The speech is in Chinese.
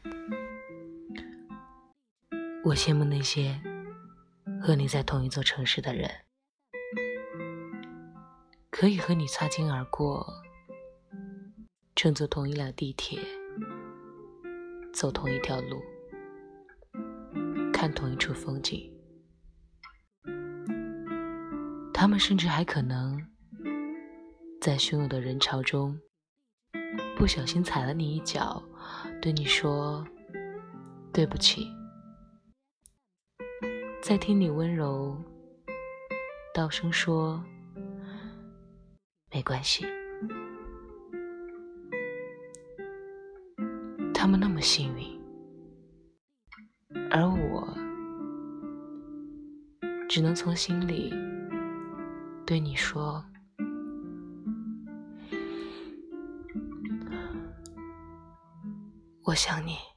我羡慕那些和你在同一座城市的人，可以和你擦肩而过，乘坐同一辆地铁，走同一条路，看同一处风景。他们甚至还可能在汹涌的人潮中不小心踩了你一脚，对你说对不起，再听你温柔道声说没关系。他们那么幸运，而我只能从心里对你说我想你。